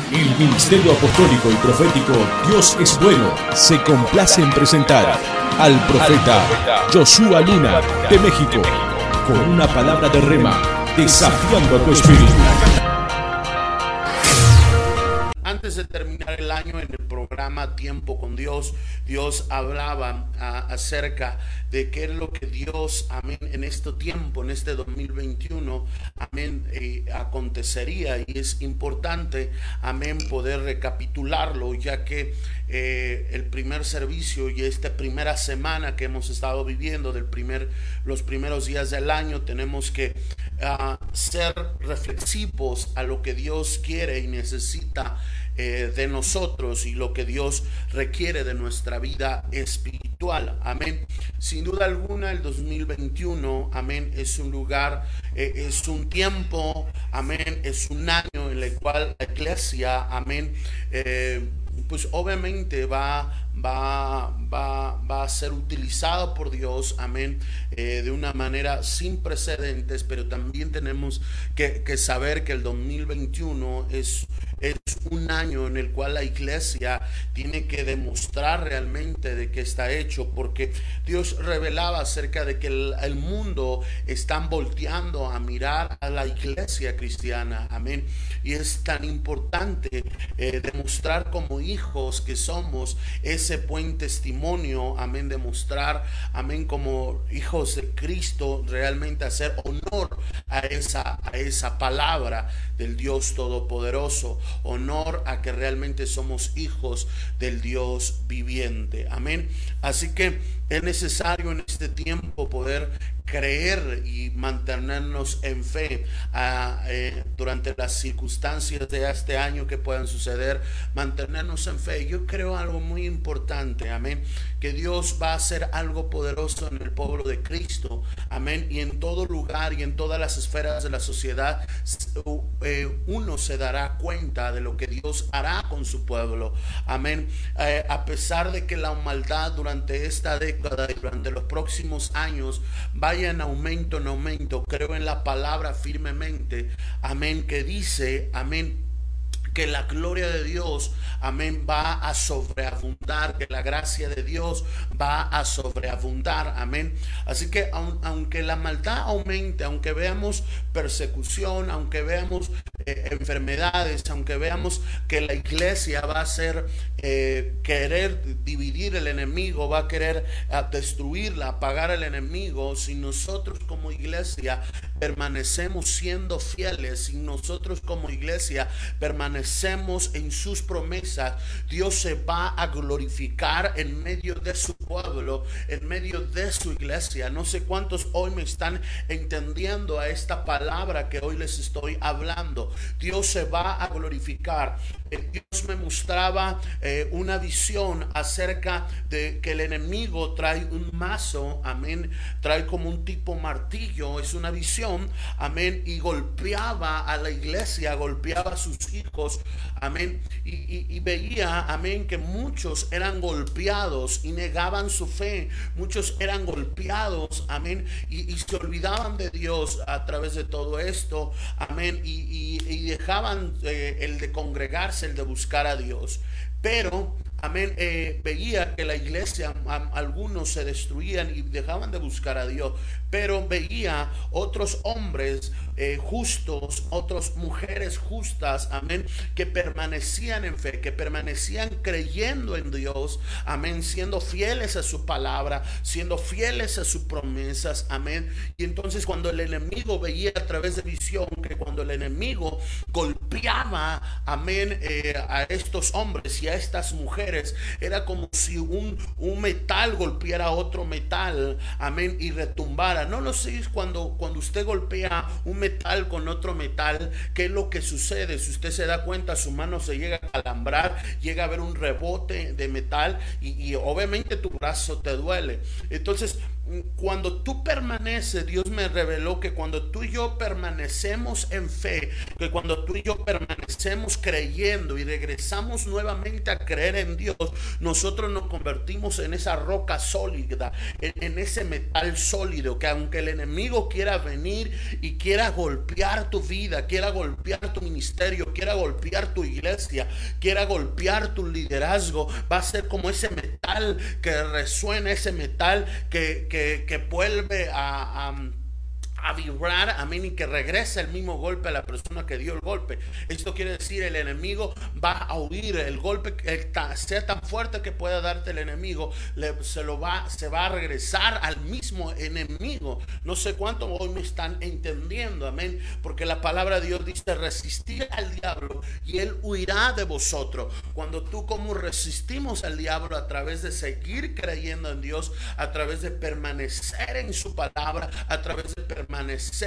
El Ministerio Apostólico y Profético Dios es Bueno se complace en presentar al profeta Joshua Luna de México con una palabra de rema desafiando a tu espíritu. Antes de terminar el año, en el programa Tiempo con Dios, Dios hablaba acerca de qué es lo que Dios, amén, en este tiempo, en este 2021, amén, acontecería. Y es importante, amén, poder recapitularlo, ya que el primer servicio y esta primera semana que hemos estado viviendo, los primeros días del año, tenemos que ser reflexivos a lo que Dios quiere y necesita de nosotros y lo que Dios requiere de nuestra vida espiritual. Amén. Sin duda alguna, el 2021, amén, es un lugar, es un tiempo, amén, es un año en el cual la iglesia, amén, pues obviamente va a ser utilizado por Dios, amén, de una manera sin precedentes. Pero también tenemos que saber que el 2021 es un año en el cual la iglesia tiene que demostrar realmente de qué está hecho, porque Dios revelaba acerca de que el mundo están volteando a mirar a la iglesia cristiana, amén. Y es tan importante demostrar como hijos que somos ese buen testimonio, amén, demostrar, amén, como hijos de Cristo, realmente hacer honor a esa palabra del Dios Todopoderoso, honor a que realmente somos hijos del Dios viviente, amén. Así que es necesario en este tiempo poder creer y mantenernos en fe durante las circunstancias de este año que puedan suceder, mantenernos en fe. Yo creo algo muy importante, amén, que Dios va a hacer algo poderoso en el pueblo de Cristo, amén, y en todo lugar y en todas las esferas de la sociedad uno se dará cuenta de lo que Dios hará con su pueblo, amén. A pesar de que la maldad durante esta década y durante los próximos años vaya en aumento, creo en la palabra firmemente, amén, que dice, amén, que la gloria de Dios, amén, va a sobreabundar, que la gracia de Dios va a sobreabundar, amén. Así que aunque la maldad aumente, aunque veamos persecución, aunque veamos enfermedades, aunque veamos que la iglesia va a ser querer dividir el enemigo, va a querer destruirla, apagar al enemigo, si nosotros como iglesia permanecemos siendo fieles, si nosotros como iglesia permanecemos en sus promesas, Dios se va a glorificar en medio de su pueblo, en medio de su iglesia. No sé cuántos hoy me están entendiendo a esta palabra que hoy les estoy hablando. Dios se va a glorificar. Dios me mostraba una visión acerca de que el enemigo trae un mazo, amén, trae como un tipo martillo, es una visión, amén, y golpeaba a la iglesia, golpeaba a sus hijos, amén, y veía, amén, que muchos eran golpeados y negaban su fe, muchos eran golpeados, amén, y se olvidaban de Dios a través de todo esto, amén, y dejaban el de congregarse, el de buscar a Dios. Pero amén, veía que la iglesia, algunos se destruían y dejaban de buscar a Dios, pero veía otros hombres justos, otras mujeres justas, amén, que permanecían en fe, que permanecían creyendo en Dios, amén, siendo fieles a su palabra, siendo fieles a sus promesas, amén. Y entonces cuando el enemigo veía a través de visión que cuando el enemigo golpeaba, amén, a estos hombres y a estas mujeres, era como si un metal golpeara a otro metal, amén, y retumbara. No lo sé, cuando usted golpea un metal con otro metal, ¿qué es lo que sucede? Si usted se da cuenta, su mano se llega a calambrar, llega a haber un rebote de metal y obviamente tu brazo te duele. Entonces cuando tú permaneces, Dios me reveló que cuando tú y yo permanecemos en fe, que cuando tú y yo permanecemos creyendo y regresamos nuevamente a creer en Dios, nosotros nos convertimos en esa roca sólida, en ese metal sólido, que aunque el enemigo quiera venir y quiera golpear tu vida, quiera golpear tu ministerio, quiera golpear tu iglesia, quiera golpear tu liderazgo, va a ser como ese metal que resuena, ese metal que vuelve a vibrar, amén, y que regresa el mismo golpe a la persona que dio el golpe. Esto quiere decir, el enemigo va a huir. El golpe sea tan fuerte que pueda darte el enemigo, se va a regresar al mismo enemigo. No sé cuánto hoy me están entendiendo, amén, porque la palabra de Dios dice: resistir al diablo y él huirá de vosotros. Cuando tú, como resistimos al diablo, a través de seguir creyendo en Dios, a través de permanecer en su palabra, a través de permanecer,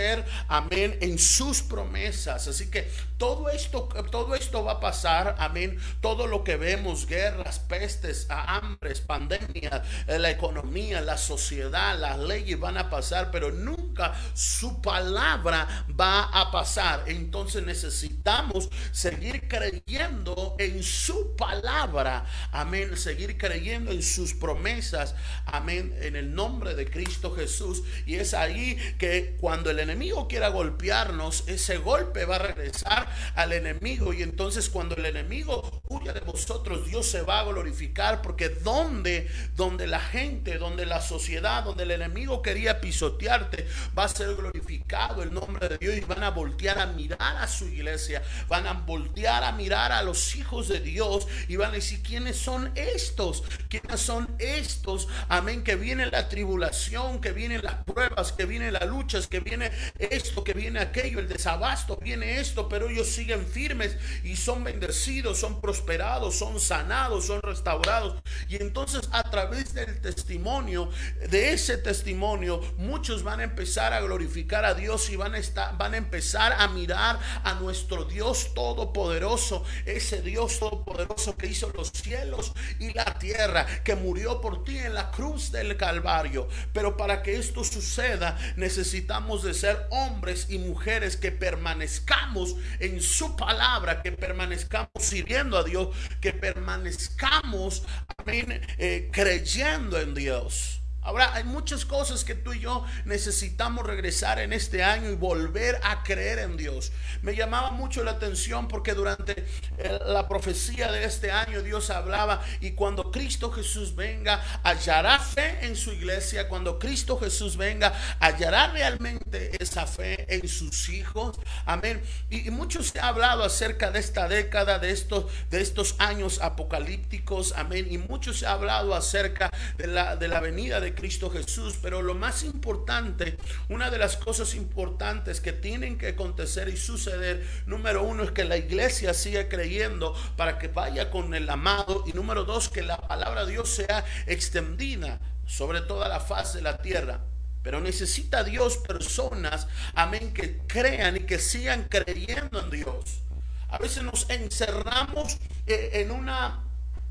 amén, en sus promesas. Así que todo esto va a pasar, amén. Todo lo que vemos, guerras, pestes, hambres, pandemias, la economía, la sociedad, las leyes van a pasar, pero nunca su palabra va a pasar. Entonces necesitamos seguir creyendo en su palabra, amén, seguir creyendo en sus promesas, amén, en el nombre de Cristo Jesús. Y es ahí que cuando el enemigo quiera golpearnos, ese golpe va a regresar al enemigo, y entonces cuando el enemigo huya de vosotros, Dios se va a glorificar, porque donde la gente, donde la sociedad, donde el enemigo quería pisotearte, va a ser glorificado el nombre de Dios, y van a voltear a mirar a su iglesia, van a voltear a mirar a los hijos de Dios, y van a decir: ¿quiénes son estos? ¿Quiénes son estos? Amén, que viene la tribulación, que vienen las pruebas, que viene la lucha, que viene esto, que viene aquello, el desabasto, viene esto, pero ellos siguen firmes y son bendecidos, son prosperados, son sanados, son restaurados. Y entonces, a través del testimonio, de ese testimonio, muchos van a empezar a glorificar a Dios, y van a empezar a mirar a nuestro Dios todopoderoso, ese Dios todopoderoso que hizo los cielos y la tierra, que murió por ti en la cruz del Calvario. Pero para que esto suceda, necesitamos de ser hombres y mujeres que permanezcamos en su palabra, que permanezcamos sirviendo a Dios, que permanezcamos, amén, creyendo en Dios. Ahora, hay muchas cosas que tú y yo necesitamos regresar en este año y volver a creer en Dios. Me llamaba mucho la atención porque durante la profecía de este año Dios hablaba: y cuando Cristo Jesús venga, hallará fe en su iglesia. Cuando Cristo Jesús venga, hallará realmente esa fe en sus hijos. Amén. Y mucho se ha hablado acerca de esta década, de estos años apocalípticos. Amén. Y mucho se ha hablado acerca de la venida de Cristo Jesús, pero lo más importante, una de las cosas importantes que tienen que acontecer y suceder, número uno, es que la iglesia siga creyendo para que vaya con el amado, y número dos, que la palabra de Dios sea extendida sobre toda la faz de la tierra. Pero necesita Dios personas, amén, que crean y que sigan creyendo en Dios. A veces nos encerramos en una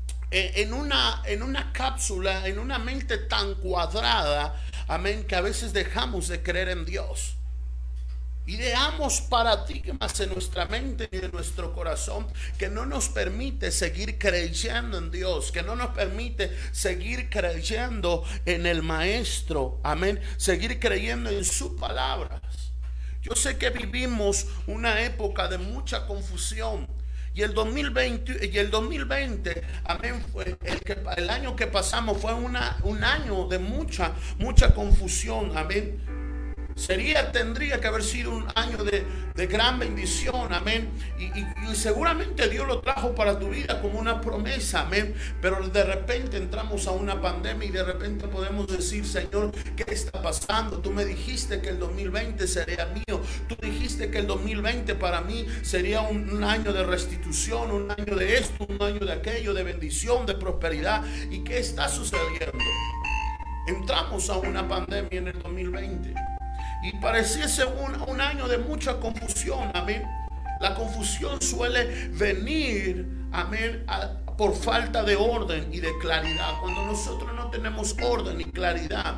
cápsula, en una mente tan cuadrada, amén, que a veces dejamos de creer en Dios. Ideamos paradigmas en nuestra mente y en nuestro corazón que no nos permite seguir creyendo en Dios, que no nos permite seguir creyendo en el Maestro, amén, seguir creyendo en sus palabras. Yo sé que vivimos una época de mucha confusión. Y el 2020, amén, fue el año que pasamos fue un año de mucha confusión, amén. Tendría que haber sido un año de gran bendición, amén. Y seguramente Dios lo trajo para tu vida como una promesa, amén. Pero de repente entramos a una pandemia y de repente podemos decir: Señor, ¿qué está pasando? Tú me dijiste que el 2020 sería mío. Tú dijiste que el 2020 para mí sería un año de restitución, un año de esto, un año de aquello, de bendición, de prosperidad. ¿Y qué está sucediendo? Entramos a una pandemia en el 2020. Y pareciese un año de mucha confusión, amén. La confusión suele venir, amén, por falta de orden y de claridad. Cuando nosotros no tenemos orden y claridad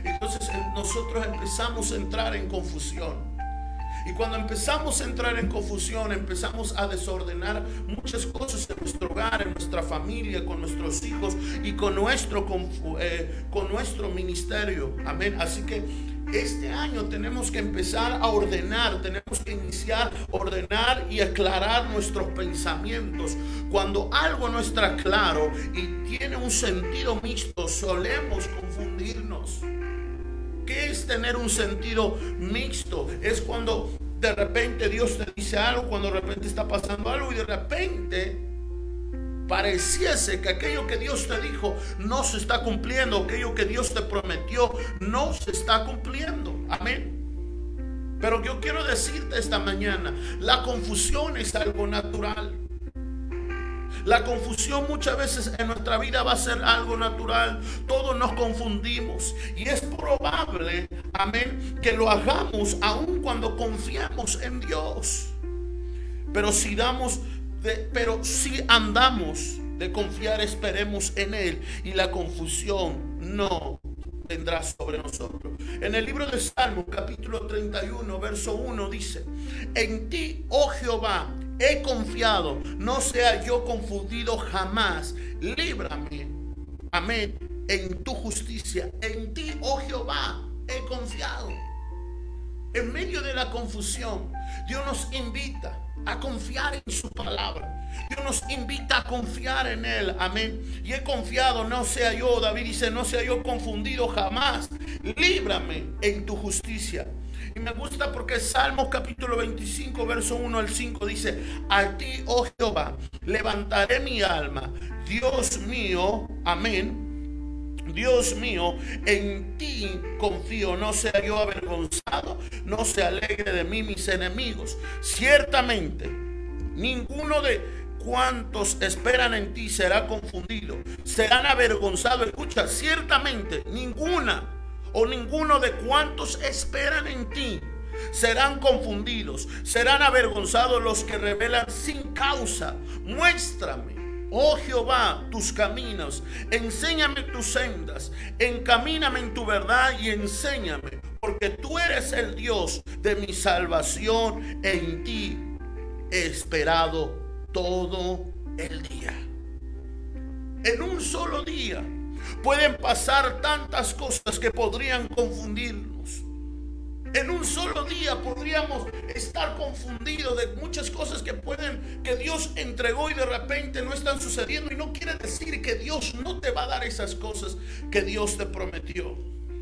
entonces nosotros empezamos a entrar en confusión. Y cuando empezamos a entrar en confusión, empezamos a desordenar muchas cosas en nuestro hogar, en nuestra familia, con nuestros hijos y con nuestro ministerio. Amén. Así que este año tenemos que empezar a ordenar, tenemos que iniciar a ordenar y aclarar nuestros pensamientos. Cuando algo no está claro y tiene un sentido mixto, solemos confundirnos. ¿Qué es tener un sentido mixto? Es cuando de repente Dios te dice algo, cuando de repente está pasando algo y de repente pareciese que aquello que Dios te dijo no se está cumpliendo, aquello que Dios te prometió no se está cumpliendo. Amén. Pero yo quiero decirte esta mañana, la confusión es algo natural. La confusión muchas veces en nuestra vida va a ser algo natural. Todos nos confundimos y es probable, amén, que lo hagamos aun cuando confiamos en Dios. Pero si andamos de confiar, esperemos en Él y la confusión no vendrá sobre nosotros. En el libro de Salmos, capítulo 31, verso 1 dice: en ti, oh Jehová, he confiado, no sea yo confundido jamás. Líbrame, amén, en tu justicia. En ti, oh Jehová, he confiado. En medio de la confusión, Dios nos invita a confiar en su palabra. Dios nos invita a confiar en Él. Amén. Y he confiado, no sea yo, David dice, no sea yo confundido jamás. Líbrame en tu justicia. Y me gusta porque Salmos capítulo 25, verso 1 al 5 dice: a ti, oh Jehová, levantaré mi alma. Dios mío, amén. Dios mío, en ti confío, no sea yo avergonzado, no se alegre de mí mis enemigos. Ciertamente, ninguno de cuantos esperan en ti será confundido, serán avergonzados. Escucha, ciertamente ninguno de cuantos esperan en ti serán confundidos, serán avergonzados los que rebelan sin causa. Muéstrame, oh Jehová, tus caminos, enséñame tus sendas, encamíname en tu verdad y enséñame, porque tú eres el Dios de mi salvación, en ti he esperado todo el día. En un solo día pueden pasar tantas cosas que podrían confundirnos. En un solo día podríamos estar confundidos de muchas cosas que Dios entregó y de repente no están sucediendo. Y no quiere decir que Dios no te va a dar esas cosas que Dios te prometió.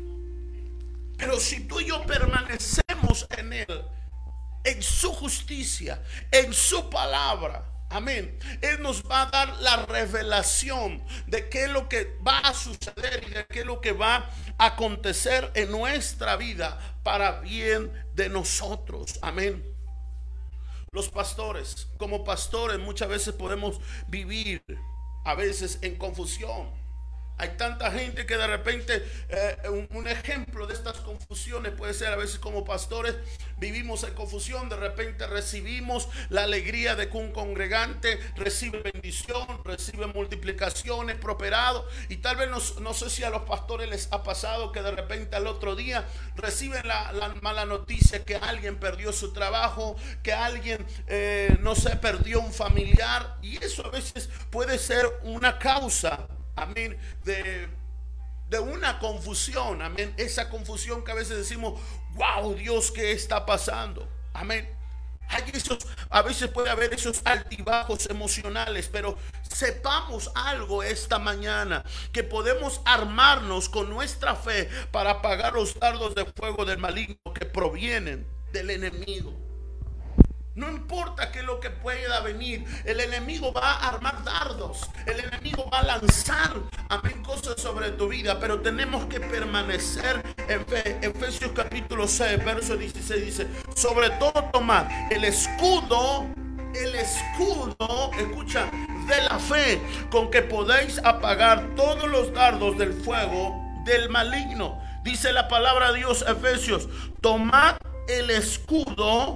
Pero si tú y yo permanecemos en Él, en su justicia, en su palabra, amén, Él nos va a dar la revelación de qué es lo que va a suceder y de qué es lo que va a acontecer en nuestra vida para bien de nosotros. Amén. Los pastores, como pastores, muchas veces podemos vivir a veces en confusión. Hay tanta gente que de repente un ejemplo de estas confusiones puede ser a veces como pastores vivimos en confusión. De repente recibimos la alegría de que un congregante recibe bendición, recibe multiplicaciones, prosperado, y tal vez no sé si a los pastores les ha pasado que de repente al otro día reciben la mala noticia que alguien perdió su trabajo, que alguien no sé, perdió un familiar, y eso a veces puede ser una causa, amén, de una confusión. Amén. Esa confusión que a veces decimos: wow, Dios, ¿qué está pasando? Amén. A veces puede haber esos altibajos emocionales, pero sepamos algo esta mañana, que podemos armarnos con nuestra fe para apagar los dardos de fuego del maligno que provienen del enemigo. No importa qué es lo que pueda venir, el enemigo va a armar dardos, el enemigo va a lanzar, amén, cosas sobre tu vida, pero tenemos que permanecer en fe. Efesios capítulo 6, verso 16 dice: sobre todo tomad el escudo, escucha, de la fe, con que podéis apagar todos los dardos del fuego del maligno. Dice la palabra de Dios, Efesios: tomad el escudo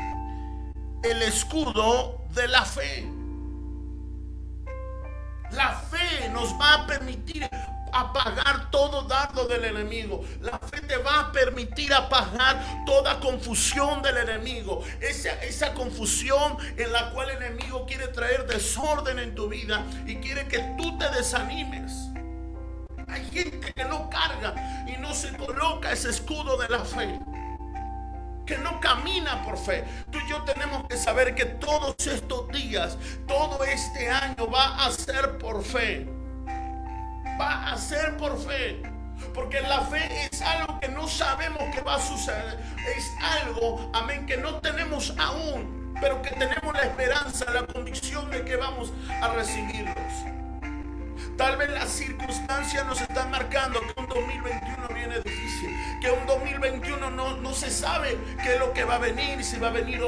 de la fe. La fe nos va a permitir apagar todo dardo del enemigo. La fe te va a permitir apagar toda confusión del enemigo. Esa confusión en la cual el enemigo quiere traer desorden en tu vida y quiere que tú te desanimes. Hay gente que no carga y no se coloca ese escudo de la fe, que no camina por fe. Tú y yo tenemos que saber que todos estos días, todo este año va a ser por fe. Va a ser por fe. Porque la fe es algo que no sabemos que va a suceder. Es algo, amén, que no tenemos aún, pero que tenemos la esperanza, la convicción de que vamos a recibirlos. Tal vez las circunstancias nos están marcando que un 2021 viene difícil, que un 2021 no se sabe qué es lo que va a venir, si va a venir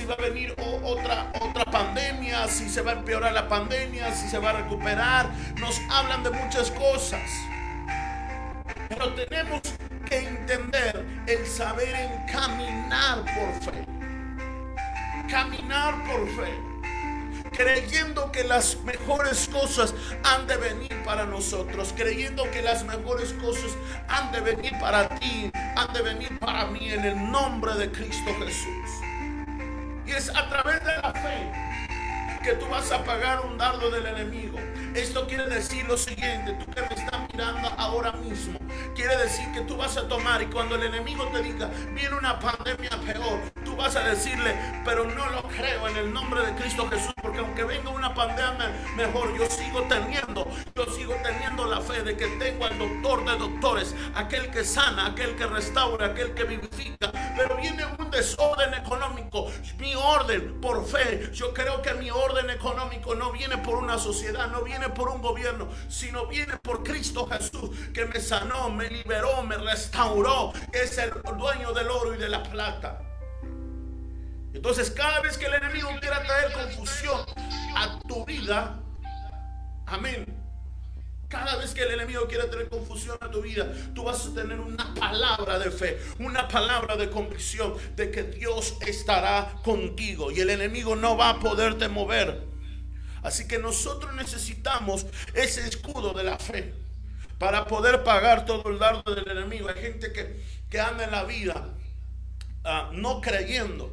otra pandemia, si se va a empeorar la pandemia, si se va a recuperar. Nos hablan de muchas cosas, pero tenemos que entender el saber en caminar por fe, caminar por fe, creyendo que las mejores cosas han de venir para nosotros, creyendo que las mejores cosas han de venir para ti, han de venir para mí, en el nombre de Cristo Jesús. Y es a través de la fe que tú vas a apagar un dardo del enemigo. Esto quiere decir lo siguiente: tú que me estás mirando ahora mismo, quiere decir que tú vas a tomar, y cuando el enemigo te diga viene una pandemia peor, tú vas a decirle, pero no lo creo, en el nombre de Cristo Jesús, porque aunque venga una pandemia mejor, yo sigo teniendo la fe de que tengo al doctor de doctores, aquel que sana, aquel que restaura, aquel que vivifica. Pero viene un desorden económico, mi orden por fe, yo creo que mi orden económico no viene por una sociedad, no viene por un gobierno, sino viene por Cristo Jesús, que me sanó, me liberó, me restauró, es el dueño del oro y de la plata. Entonces, cada vez que el enemigo quiera traer confusión a tu vida, amén, cada vez que el enemigo quiera traer confusión a tu vida, tú vas a tener una palabra de fe, una palabra de convicción de que Dios estará contigo y el enemigo no va a poderte mover. Así que nosotros necesitamos ese escudo de la fe para poder pagar todo el dardo del enemigo. Hay gente que anda en la vida no creyendo,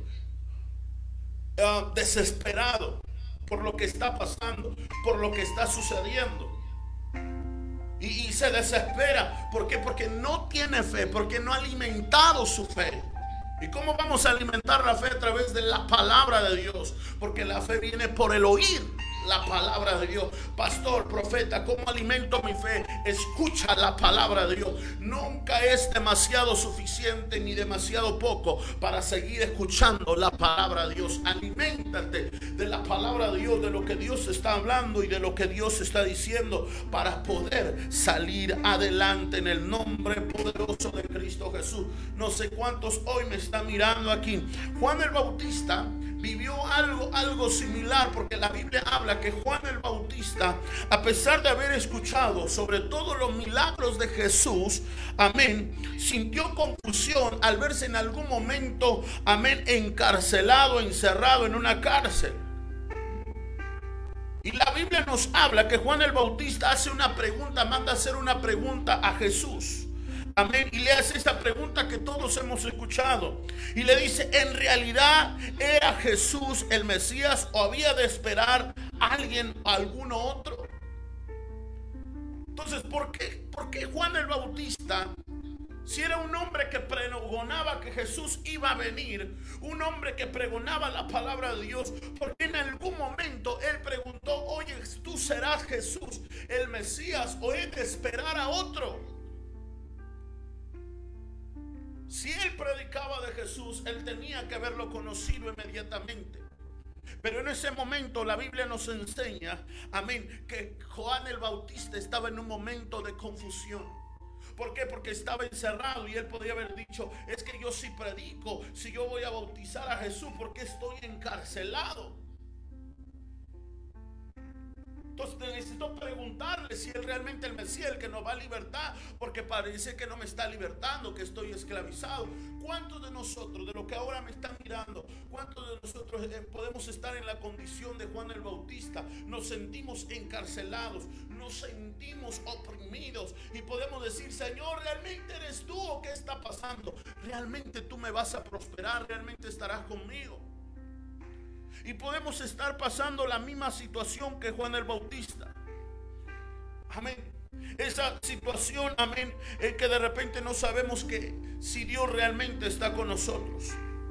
desesperado por lo que está pasando, por lo que está sucediendo. Y se desespera. ¿Por qué? Porque no tiene fe, porque no ha alimentado su fe. ¿Y cómo vamos a alimentar la fe? A través de la palabra de Dios, porque la fe viene por el oír la palabra de Dios. Pastor, profeta, ¿cómo alimento mi fe? Escucha la palabra de Dios. Nunca es demasiado suficiente ni demasiado poco para seguir escuchando la palabra de Dios. Aliméntate de la palabra de Dios, de lo que Dios está hablando y de lo que Dios está diciendo, para poder salir adelante en el nombre poderoso de Cristo Jesús. No sé cuántos hoy me están mirando aquí. Juan el Bautista vivió algo similar, porque la Biblia habla que Juan el Bautista, a pesar de haber escuchado sobre todo los milagros de Jesús, amén, sintió confusión al verse en algún momento, amén, encarcelado, encerrado en una cárcel. Y la Biblia nos habla que Juan el Bautista hace una pregunta, manda hacer una pregunta a Jesús. Amén. Y le hace esta pregunta que todos hemos escuchado. Y le dice, ¿en realidad era Jesús el Mesías o había de esperar a alguno otro? Entonces, ¿por qué Juan el Bautista, si era un hombre que pregonaba que Jesús iba a venir, un hombre que pregonaba la palabra de Dios, porque en algún momento él preguntó, oye, ¿tú serás Jesús el Mesías o he de esperar a otro? Si él predicaba de Jesús, él tenía que haberlo conocido inmediatamente. Pero en ese momento la Biblia nos enseña, amén, que Juan el Bautista estaba en un momento de confusión. ¿Por qué? Porque estaba encerrado y él podría haber dicho, es que yo sí predico, si yo voy a bautizar a Jesús, ¿por qué estoy encarcelado? Entonces necesito preguntarle si Él realmente es el Mesías, el que nos va a libertar, porque parece que no me está libertando, que estoy esclavizado. ¿Cuántos de nosotros, de los que ahora me están mirando, cuántos de nosotros podemos estar en la condición de Juan el Bautista? Nos sentimos encarcelados, nos sentimos oprimidos y podemos decir: Señor, ¿realmente eres tú o qué está pasando? ¿Realmente tú me vas a prosperar? ¿Realmente estarás conmigo? Y podemos estar pasando la misma situación que Juan el Bautista. Amén. Esa situación, amén, es que de repente no sabemos que si Dios realmente está con nosotros.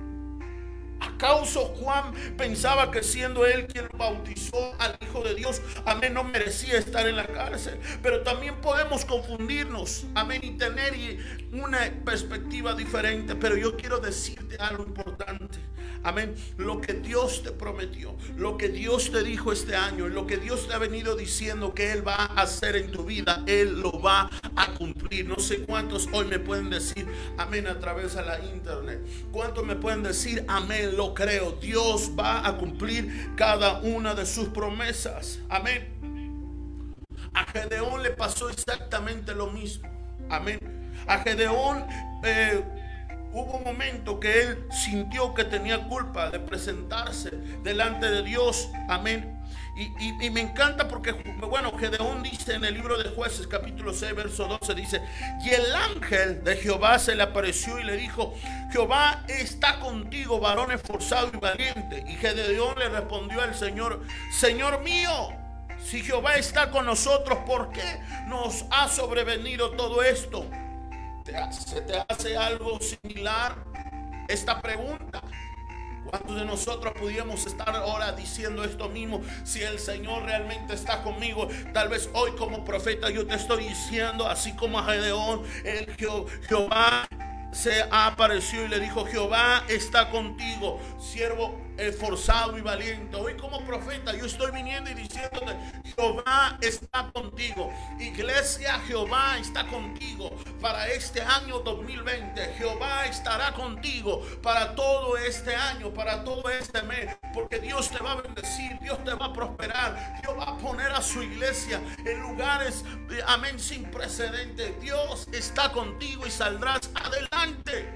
¿Acaso Juan pensaba que siendo él quien bautizó al Hijo de Dios, amén, no merecía estar en la cárcel? Pero también podemos confundirnos, amén, y tener una perspectiva diferente. Pero yo quiero decirte algo importante. Amén. Lo que Dios te prometió, lo que Dios te dijo este año, lo que Dios te ha venido diciendo que Él va a hacer en tu vida, Él lo va a cumplir. No sé cuántos hoy me pueden decir amén a través de la internet. ¿Cuántos me pueden decir amén? Lo creo. Dios va a cumplir cada una de sus promesas. Amén. A Gedeón le pasó exactamente lo mismo. Amén. A Gedeón hubo un momento que él sintió que tenía culpa de presentarse delante de Dios. Amén. Y me encanta porque, bueno, Gedeón dice en el libro de Jueces, capítulo 6, verso 12, dice: y el ángel de Jehová se le apareció y le dijo: Jehová está contigo, varón esforzado y valiente. Y Gedeón le respondió al Señor: Señor mío, si Jehová está con nosotros, ¿por qué nos ha sobrevenido todo esto? ¿Se te hace algo similar esta pregunta? ¿Cuántos de nosotros pudiéramos estar ahora diciendo esto mismo? Si el Señor realmente está conmigo, tal vez hoy como profeta yo te estoy diciendo, así como a Gedeón, Jehová se apareció y le dijo: Jehová está contigo, siervo esforzado y valiente. Hoy como profeta yo estoy viniendo y diciéndote: Jehová está contigo. Iglesia, Jehová está contigo para este año 2020. Jehová estará contigo para todo este año, para todo este mes, porque Dios te va a bendecir, Dios te va a prosperar, Dios va a poner a su iglesia en lugares, amén, sin precedentes. Dios está contigo y saldrás adelante.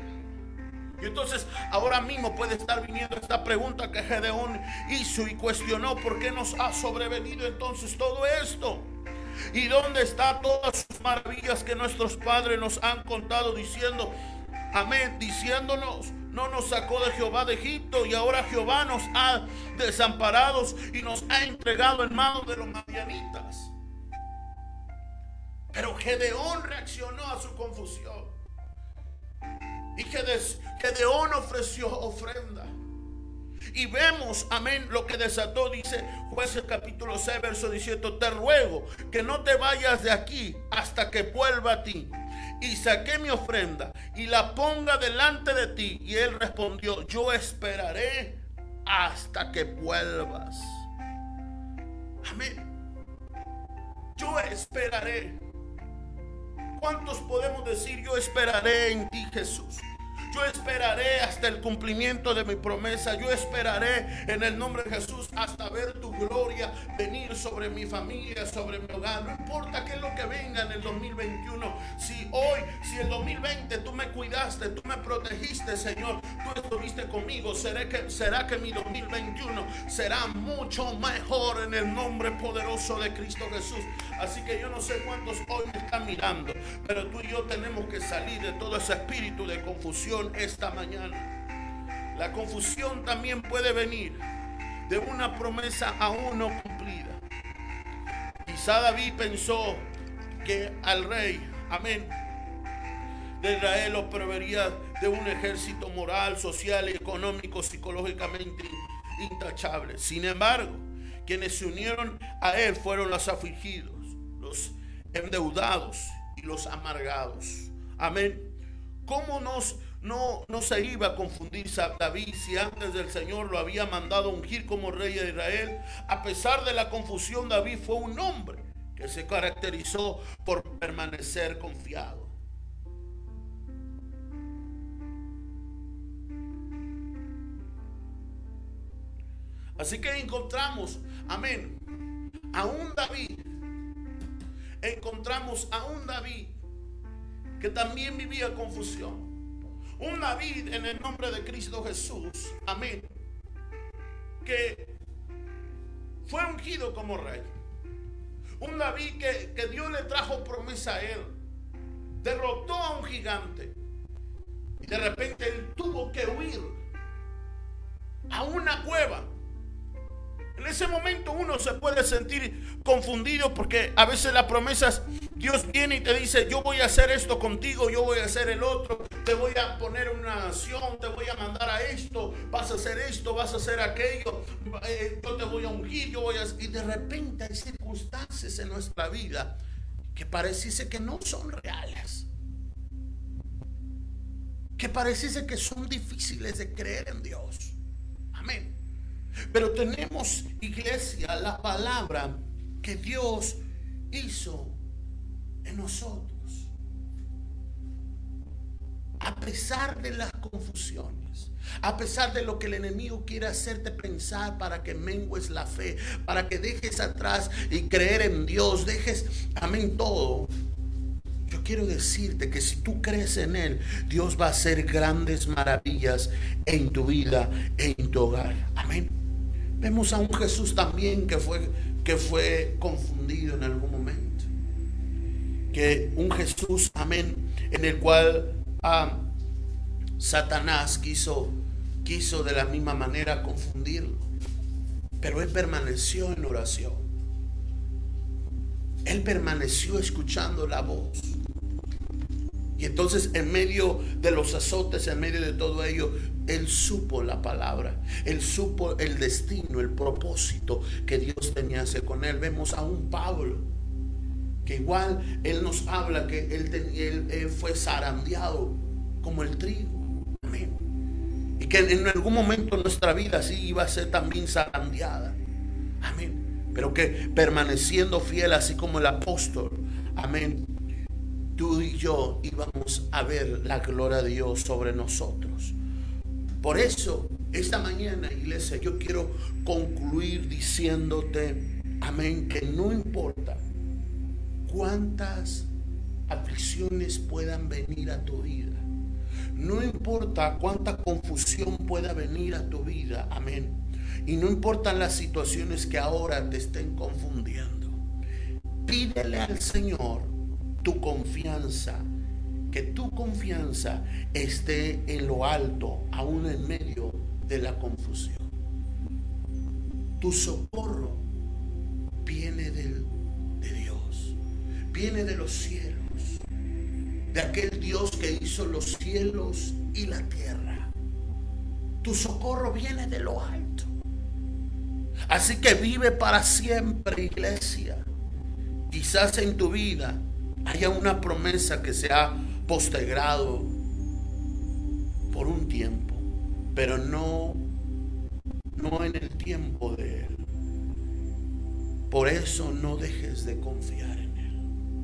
Y entonces ahora mismo puede estar viniendo esta pregunta que Gedeón hizo y cuestionó: ¿por qué nos ha sobrevenido entonces todo esto? ¿Y dónde están todas sus maravillas que nuestros padres nos han contado diciendo, amén, diciéndonos: no nos sacó de Jehová de Egipto, y ahora Jehová nos ha desamparado y nos ha entregado en manos de los madianitas? Pero Gedeón reaccionó a su confusión. Y Gedeón ofreció ofrenda. Y vemos, amén, lo que desató, dice Jueces capítulo 6, verso 18: te ruego que no te vayas de aquí hasta que vuelva a ti. Y saqué mi ofrenda y la ponga delante de ti. Y él respondió: yo esperaré hasta que vuelvas. Amén. Yo esperaré. ¿Cuántos podemos decir: yo esperaré en ti, Jesús? Yo esperaré hasta el cumplimiento de mi promesa. Yo esperaré en el nombre de Jesús hasta ver tu gloria venir sobre mi familia, sobre mi hogar. No importa qué es lo que venga en el 2021. Si el 2020 tú me cuidaste, tú me protegiste, Señor, tú estuviste conmigo, será que mi 2021 será mucho mejor en el nombre poderoso de Cristo Jesús. Así que yo no sé cuántos hoy me están mirando, pero tú y yo tenemos que salir de todo ese espíritu de confusión esta mañana. La confusión también puede venir de una promesa aún no cumplida. Quizá David pensó que al rey, amén, de Israel lo proveería de un ejército moral, social y económico, psicológicamente intachable. Sin embargo, quienes se unieron a él fueron los afligidos, los endeudados y los amargados. Amén. ¿Cómo no se iba a confundir David si antes del Señor lo había mandado ungir como rey de Israel? A pesar de la confusión, David fue un hombre que se caracterizó por permanecer confiado. Así que encontramos, amén, a un David, encontramos a un David que también vivía confusión. Un David en el nombre de Cristo Jesús, amén, que fue ungido como rey. Un David que Dios le trajo promesa a él. Derrotó a un gigante. Y de repente él tuvo que huir a una cueva. En ese momento uno se puede sentir confundido, porque a veces las promesas, Dios viene y te dice: yo voy a hacer esto contigo, yo voy a hacer el otro, te voy a poner una nación, te voy a mandar a esto, vas a hacer esto, vas a hacer aquello, yo te voy a ungir, yo voy a... Y de repente hay circunstancias en nuestra vida que pareciese que no son reales, que pareciese que son difíciles de creer en Dios. Amén. Pero tenemos, iglesia, la palabra que Dios hizo en nosotros. A pesar de las confusiones, a pesar de lo que el enemigo quiere hacerte pensar para que mengues la fe, para que dejes atrás y creer en Dios, dejes, amén, todo. Yo quiero decirte que si tú crees en Él, Dios va a hacer grandes maravillas en tu vida, en tu hogar. Amén. Vemos a un Jesús también que fue confundido en algún momento. Que un Jesús, amén, en el cual Satanás quiso de la misma manera confundirlo. Pero Él permaneció en oración. Él permaneció escuchando la voz. Y entonces, en medio de los azotes, en medio de todo ello, Él supo la palabra. Él supo el destino, el propósito que Dios tenía con él. Vemos a un Pablo que igual Él nos habla que él fue zarandeado como el trigo. Amén. Y que en algún momento en nuestra vida sí iba a ser también zarandeada. Amén. Pero que permaneciendo fiel, así como el apóstol, amén, tú y yo íbamos a ver la gloria de Dios sobre nosotros. Por eso, esta mañana, iglesia, yo quiero concluir diciéndote, amén, que no importa cuántas aflicciones puedan venir a tu vida, no importa cuánta confusión pueda venir a tu vida, amén, y no importan las situaciones que ahora te estén confundiendo, pídele al Señor tu confianza, que tu confianza esté en lo alto, aún en medio de la confusión. Tu socorro viene de Dios, viene de los cielos, de aquel Dios que hizo los cielos y la tierra. Tu socorro viene de lo alto. Así que vive para siempre, iglesia. Quizás en tu vida haya una promesa que se ha postergado por un tiempo, pero no en el tiempo de Él. Por eso no dejes de confiar en Él.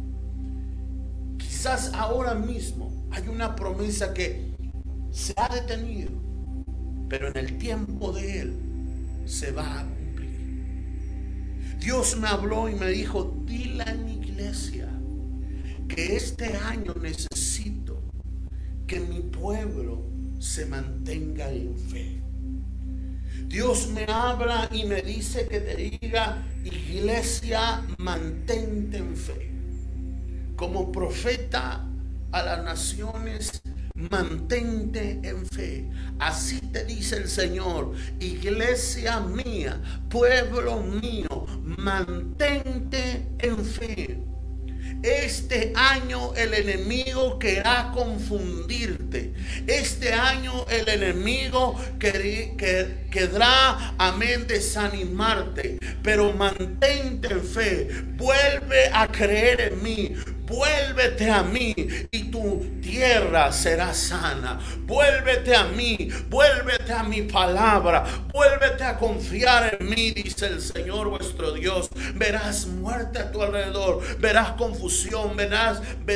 Quizás ahora mismo hay una promesa que se ha detenido, pero en el tiempo de Él se va a cumplir. Dios me habló y me dijo: dile a mi iglesia que este año necesito que mi pueblo se mantenga en fe. Dios me habla y me dice que te diga: iglesia, mantente en fe. Como profeta a las naciones, mantente en fe. Así te dice el Señor: iglesia mía, pueblo mío, mantente en fe. Este año el enemigo querrá confundirte. Este año el enemigo querrá, amén, desanimarte. Pero mantente en fe. Vuelve a creer en mí. Vuélvete a mí y tu tierra será sana. Vuélvete a mí, vuélvete a mi palabra, vuélvete a confiar en mí, dice el Señor vuestro Dios. Verás muerte a tu alrededor, verás confusión, verás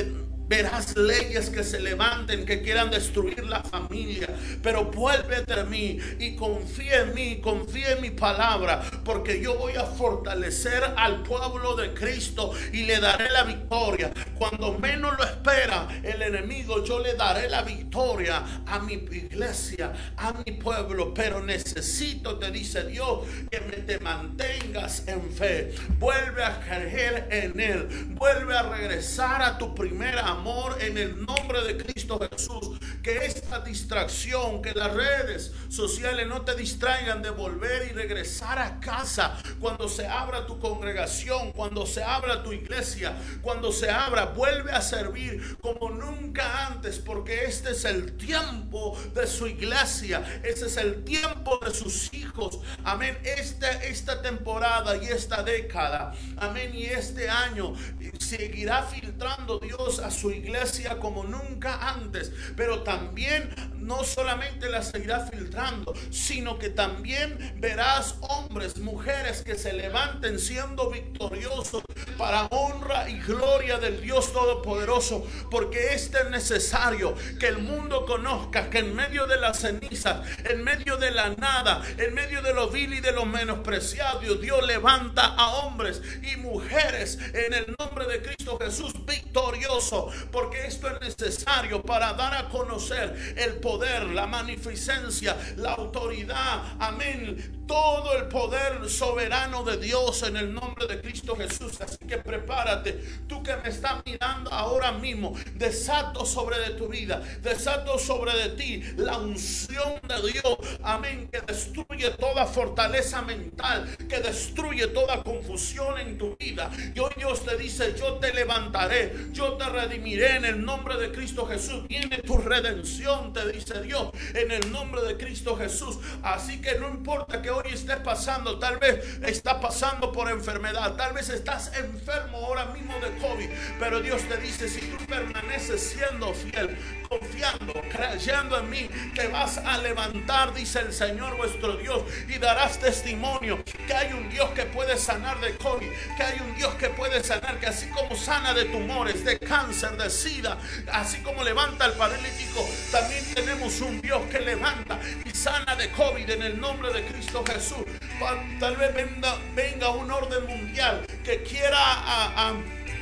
Verás leyes que se levanten, que quieran destruir la familia, pero vuélvete a mí y confía en mí, confía en mi palabra, porque yo voy a fortalecer al pueblo de Cristo y le daré la victoria. Cuando menos lo espera el enemigo, yo le daré la victoria a mi iglesia, a mi pueblo. Pero necesito, te dice Dios, que te mantengas en fe. Vuelve a creer en Él, vuelve a regresar a tu primer amor en el nombre de Cristo Jesús. Que esta distracción, que las redes sociales no te distraigan de volver y regresar a casa. Cuando se abra tu congregación, cuando se abra tu iglesia, cuando se abra, vuelve a servir como nunca antes, porque este es el tiempo de su iglesia, este es el tiempo de sus hijos. Amén. Esta temporada y esta década, amén, y este año seguirá filtrando Dios a su iglesia como nunca antes. Pero también no solamente la seguirá filtrando, sino que también verás hombres, mujeres que se levanten siendo victoriosos para honra y gloria del Dios Todopoderoso. Porque es necesario que el mundo conozca que en medio de la ceniza, en medio de la nada, en medio de lo vil y de lo menospreciado, Dios levanta a hombres y mujeres en el nombre de Cristo Jesús victorioso. Porque esto es necesario para dar a conocer el poder, la magnificencia, la autoridad, amén, todo el poder soberano de Dios en el nombre de Cristo Jesús. Así que prepárate, tú que me estás mirando ahora mismo, desato sobre de tu vida, desato sobre de ti la unción de Dios, amén, que destruye toda fortaleza mental, que destruye toda confusión en tu vida. Y hoy Dios te dice: yo te levantaré, yo te redimiré en el nombre de Cristo Jesús. Viene tu redención, te dice Dios, en el nombre de Cristo Jesús. Así que no importa que hoy estés pasando, tal vez estás pasando por enfermedad, tal vez estás enfermo ahora mismo de COVID, pero Dios te dice: si tú permaneces siendo fiel, confiando, creyendo en mí, te vas a levantar, dice el Señor vuestro Dios, y darás testimonio que hay un Dios que puede sanar de COVID, que hay un Dios que puede sanar, que así como sana de tumores, de cáncer, de sida, así como levanta al paralítico, también tenemos un Dios que levanta y sana de COVID en el nombre de Cristo Jesús. Tal vez venga un orden mundial que quiera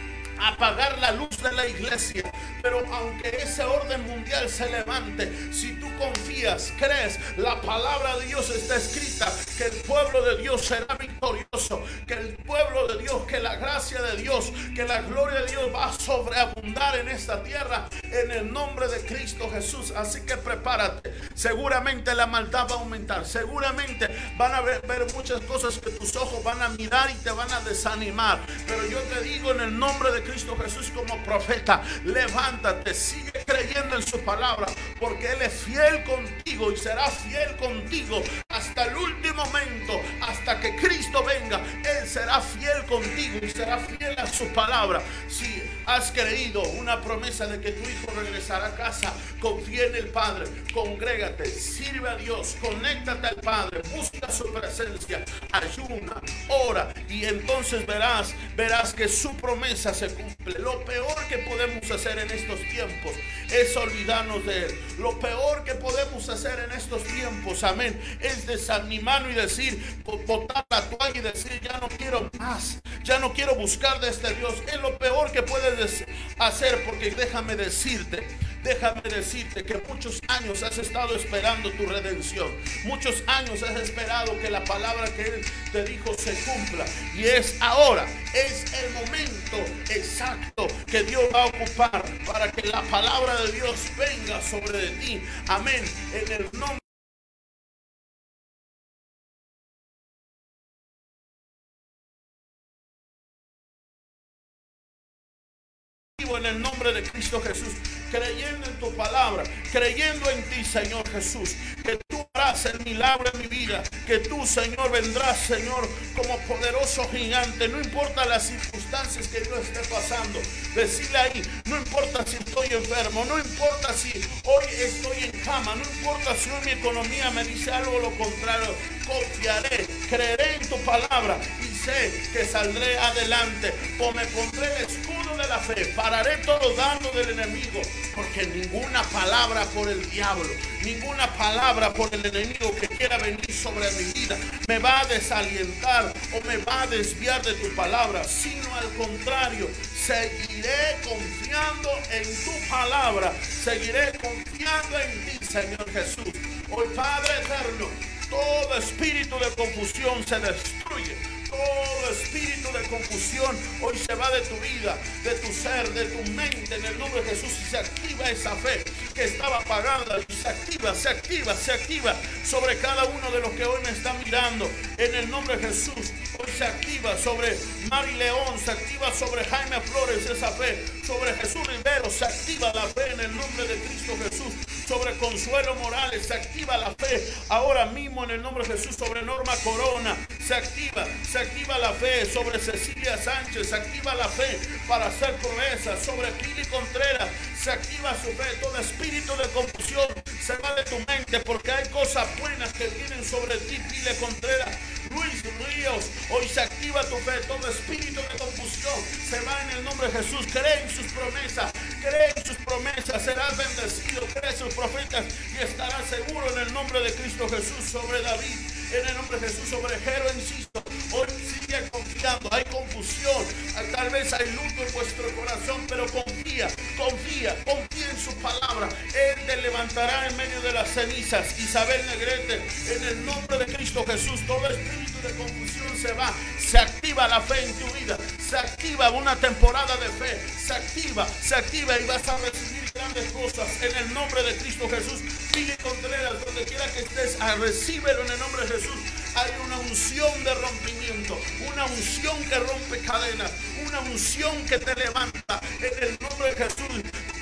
apagar la luz de la iglesia, pero aunque ese orden mundial se levante, si tú confías, crees, la palabra de Dios está escrita, que el pueblo de Dios será victorioso, que el pueblo de Dios, que la gracia de Dios, que la gloria de Dios va a sobreabundar en esta tierra en el nombre de Cristo Jesús. Así que prepárate, seguramente la maldad va a aumentar, seguramente van a ver muchas cosas que tus ojos van a mirar y te van a desanimar, pero yo te digo en el nombre de Cristo Jesús como profeta: levántate, sigue creyendo en su palabra, porque Él es fiel contigo y será fiel contigo hasta el último momento, hasta que Cristo venga. Él será fiel contigo y será fiel a su palabra. Si has creído una promesa de que tu hijo regresará a casa, confía en el Padre, congrégate, sirve a Dios, conéctate al Padre, busca su presencia, ayuna, ora, y entonces verás que su promesa se cumple. Lo peor que podemos hacer en estos tiempos es olvidarnos de Él. Lo peor que podemos hacer en estos tiempos, amén, es desanimarnos y decir, botar la toalla y decir: ya no quiero más, ya no quiero buscar de este Dios. Es lo peor que puedes hacer, porque déjame decirte que muchos años has estado esperando tu redención. Muchos años has esperado que la palabra que Él te dijo se cumpla. Y es ahora, es el momento exacto que Dios va a ocupar para que la palabra de Dios venga sobre de ti. Amén. En el nombre en el nombre de Cristo Jesús, creyendo en tu palabra, creyendo en ti, Señor Jesús, que tú harás el milagro en mi vida, que tú, Señor, vendrás, Señor, como poderoso gigante. No importa las circunstancias que yo esté pasando, decirle ahí: no importa si estoy enfermo, no importa si hoy estoy en cama, no importa si hoy mi economía me dice algo lo contrario, confiaré, creeré en tu palabra, y sé que saldré adelante, pues me pondré el escudo de la fe, pararé todo dardo del enemigo, porque ninguna palabra por el diablo, ninguna palabra por el enemigo que quiera venir sobre mi vida me va a desalientar o me va a desviar de tu palabra, sino al contrario, seguiré confiando en tu palabra, seguiré confiando en ti, Señor Jesús. Hoy, Padre eterno, todo espíritu de confusión se destruye. Todo espíritu de confusión hoy se va de tu vida, de tu ser, de tu mente, en el nombre de Jesús, y se activa esa fe que estaba apagada, y se activa sobre cada uno de los que hoy me están mirando, en el nombre de Jesús. Hoy se activa sobre Mari León, se activa sobre Jaime Flores esa fe, sobre Jesús Rivero se activa la fe en el nombre de Cristo Jesús, sobre Consuelo Morales se activa la fe ahora mismo en el nombre de Jesús, sobre Norma Corona se activa la fe, sobre Cecilia Sánchez se activa la fe para hacer promesas, sobre Pili Contreras se activa su fe. Todo espíritu de confusión se va de tu mente, porque hay cosas buenas que vienen sobre ti, Pili Contreras. Luis Ríos, hoy se activa tu fe. Todo espíritu de confusión se va en el nombre de Jesús. Cree en sus promesas, serás bendecido, cree en sus profetas y estarás seguro en el nombre de Cristo Jesús. Sobre David, en el nombre de Jesús, sobre Jero, insisto, hoy sigue confiando. Hay confusión, tal vez hay luto en vuestro corazón, pero confía en su palabra. Él te levantará en medio de las cenizas. Isabel Negrete, en el nombre de Cristo Jesús, todo espíritu de confusión se va, se activa la fe en tu vida, se activa una temporada de fe, se activa y vas a recibir grandes cosas en el nombre de Cristo Jesús. Pili Contreras, donde quiera que estés, recíbelo en el nombre de Jesús. Hay una unción de rompimiento, una unción que rompe cadenas, una unción que te levanta en el nombre de Jesús.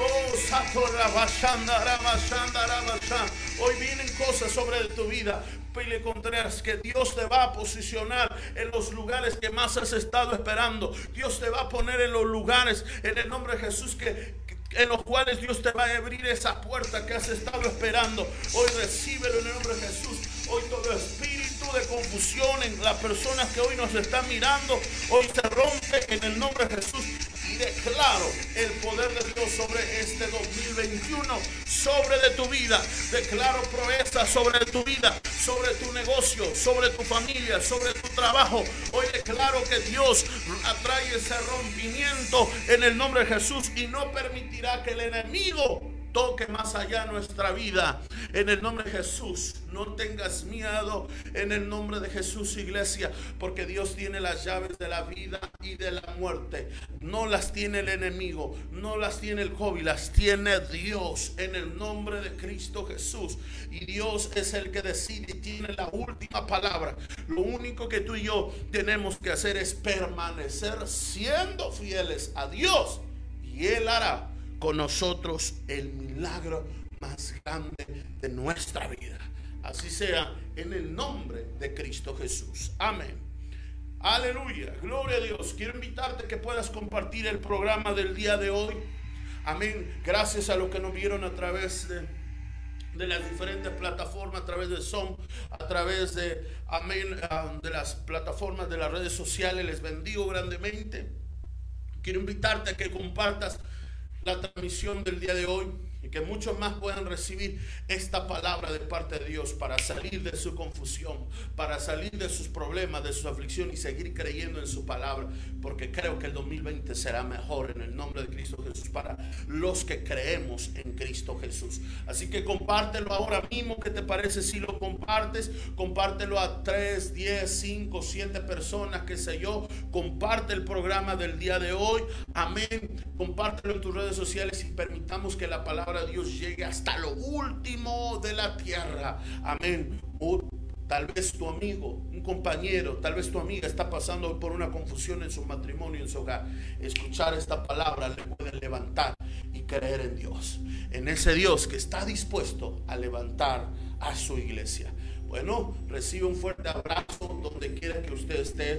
Hoy vienen cosas sobre tu vida, Pili Contreras, que Dios te va a posicionar en los lugares que más has estado esperando. Dios te va a poner en los lugares en el nombre de Jesús en los cuales Dios te va a abrir esa puerta que has estado esperando. Hoy recíbelo en el nombre de Jesús. Hoy todo espíritu de confusión en las personas que hoy nos están mirando, hoy se rompe en el nombre de Jesús. Y declaro el poder de Dios sobre este 2021, sobre de tu vida. Declaro proeza sobre tu vida, sobre tu negocio, sobre tu familia, sobre tu trabajo. Hoy declaro que Dios atrae ese rompimiento en el nombre de Jesús y no permitirá que el enemigo toque más allá nuestra vida. En el nombre de Jesús, no tengas miedo en el nombre de Jesús, iglesia, porque Dios tiene las llaves de la vida y de la muerte. No las tiene el enemigo, no las tiene el COVID, las tiene Dios en el nombre de Cristo Jesús. Y Dios es el que decide y tiene la última palabra. Lo único que tú y yo tenemos que hacer es permanecer siendo fieles a Dios, y Él hará con nosotros el milagro más grande de nuestra vida. Así sea en el nombre de Cristo Jesús. Amén. Aleluya. Gloria a Dios. Quiero invitarte que puedas compartir el programa del día de hoy. Amén. Gracias a los que nos vieron a través de las diferentes plataformas, a través de Zoom, a través de las plataformas de las redes sociales. Les bendigo grandemente. Quiero invitarte a que compartas la transmisión del día de hoy y que muchos más puedan recibir esta palabra de parte de Dios para salir de su confusión, para salir de sus problemas, de su aflicción y seguir creyendo en su palabra, porque creo que el 2020 será mejor en el nombre de Cristo Jesús para los que creemos en Cristo Jesús. Así que compártelo ahora mismo. ¿Qué te parece si lo compartes? Compártelo a 3, 10, 5, 7 personas, qué sé yo. Comparte el programa del día de hoy. Amén. Compártelo en tus redes sociales y permitamos que la palabra de Dios llegue hasta lo último de la tierra. Amén. Tal vez tu amigo, un compañero, tal vez tu amiga está pasando por una confusión en su matrimonio, en su hogar. Escuchar esta palabra le puede levantar y creer en Dios, en ese Dios que está dispuesto a levantar a su iglesia. Bueno, recibe un fuerte abrazo donde quiera que usted esté.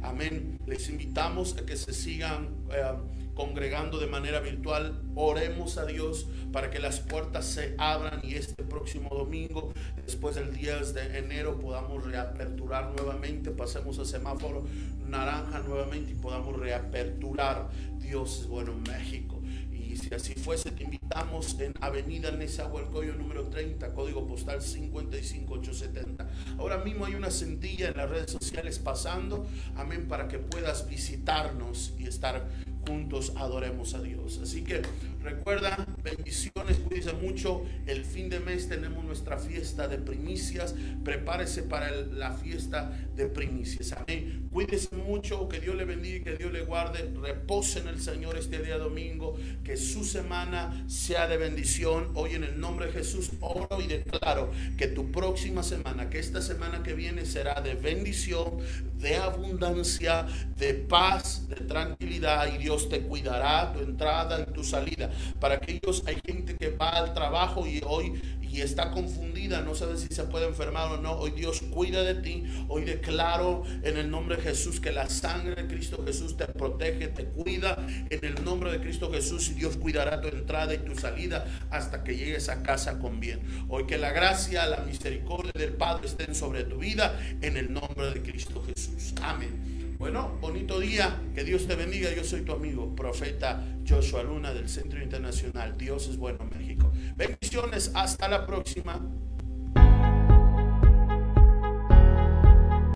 amén, les invitamos a que se sigan congregando de manera virtual. Oremos a Dios para que las puertas se abran y este próximo domingo, después del 10 de enero, podamos reaperturar nuevamente, pasemos a semáforo naranja nuevamente y podamos reaperturar. Dios es bueno en México. Y si así fuese, te invitamos en Avenida Nezahualcóyotl número 30, código postal 55870. Ahora mismo hay una centilla en las redes sociales pasando, amén, para que puedas visitarnos y estar juntos. Adoremos a Dios. Así que recuerda, bendiciones, cuídense mucho. El fin de mes tenemos nuestra fiesta de primicias. Prepárese para la fiesta de primicias. Amén. Cuídese mucho, que Dios le bendiga y que Dios le guarde. Repose en el Señor este día domingo. Que su semana sea de bendición. Hoy en el nombre de Jesús oro y declaro que tu próxima semana, que esta semana que viene será de bendición, de abundancia, de paz, de tranquilidad, y Dios te cuidará tu entrada y tu salida. Para aquellos, hay gente que va al trabajo y hoy está confundida, no sabe si se puede enfermar o no. Hoy Dios cuida de ti. Hoy declaro en el nombre de Jesús que la sangre de Cristo Jesús te protege, te cuida en el nombre de Cristo Jesús, y Dios cuidará tu entrada y tu salida hasta que llegues a casa con bien. Hoy que la gracia, la misericordia del Padre estén sobre tu vida en el nombre de Cristo Jesús. Amén. Bueno, bonito día, que Dios te bendiga. Yo soy tu amigo, profeta Joshua Luna del Centro Internacional Dios es Bueno México. Bendiciones, hasta la próxima.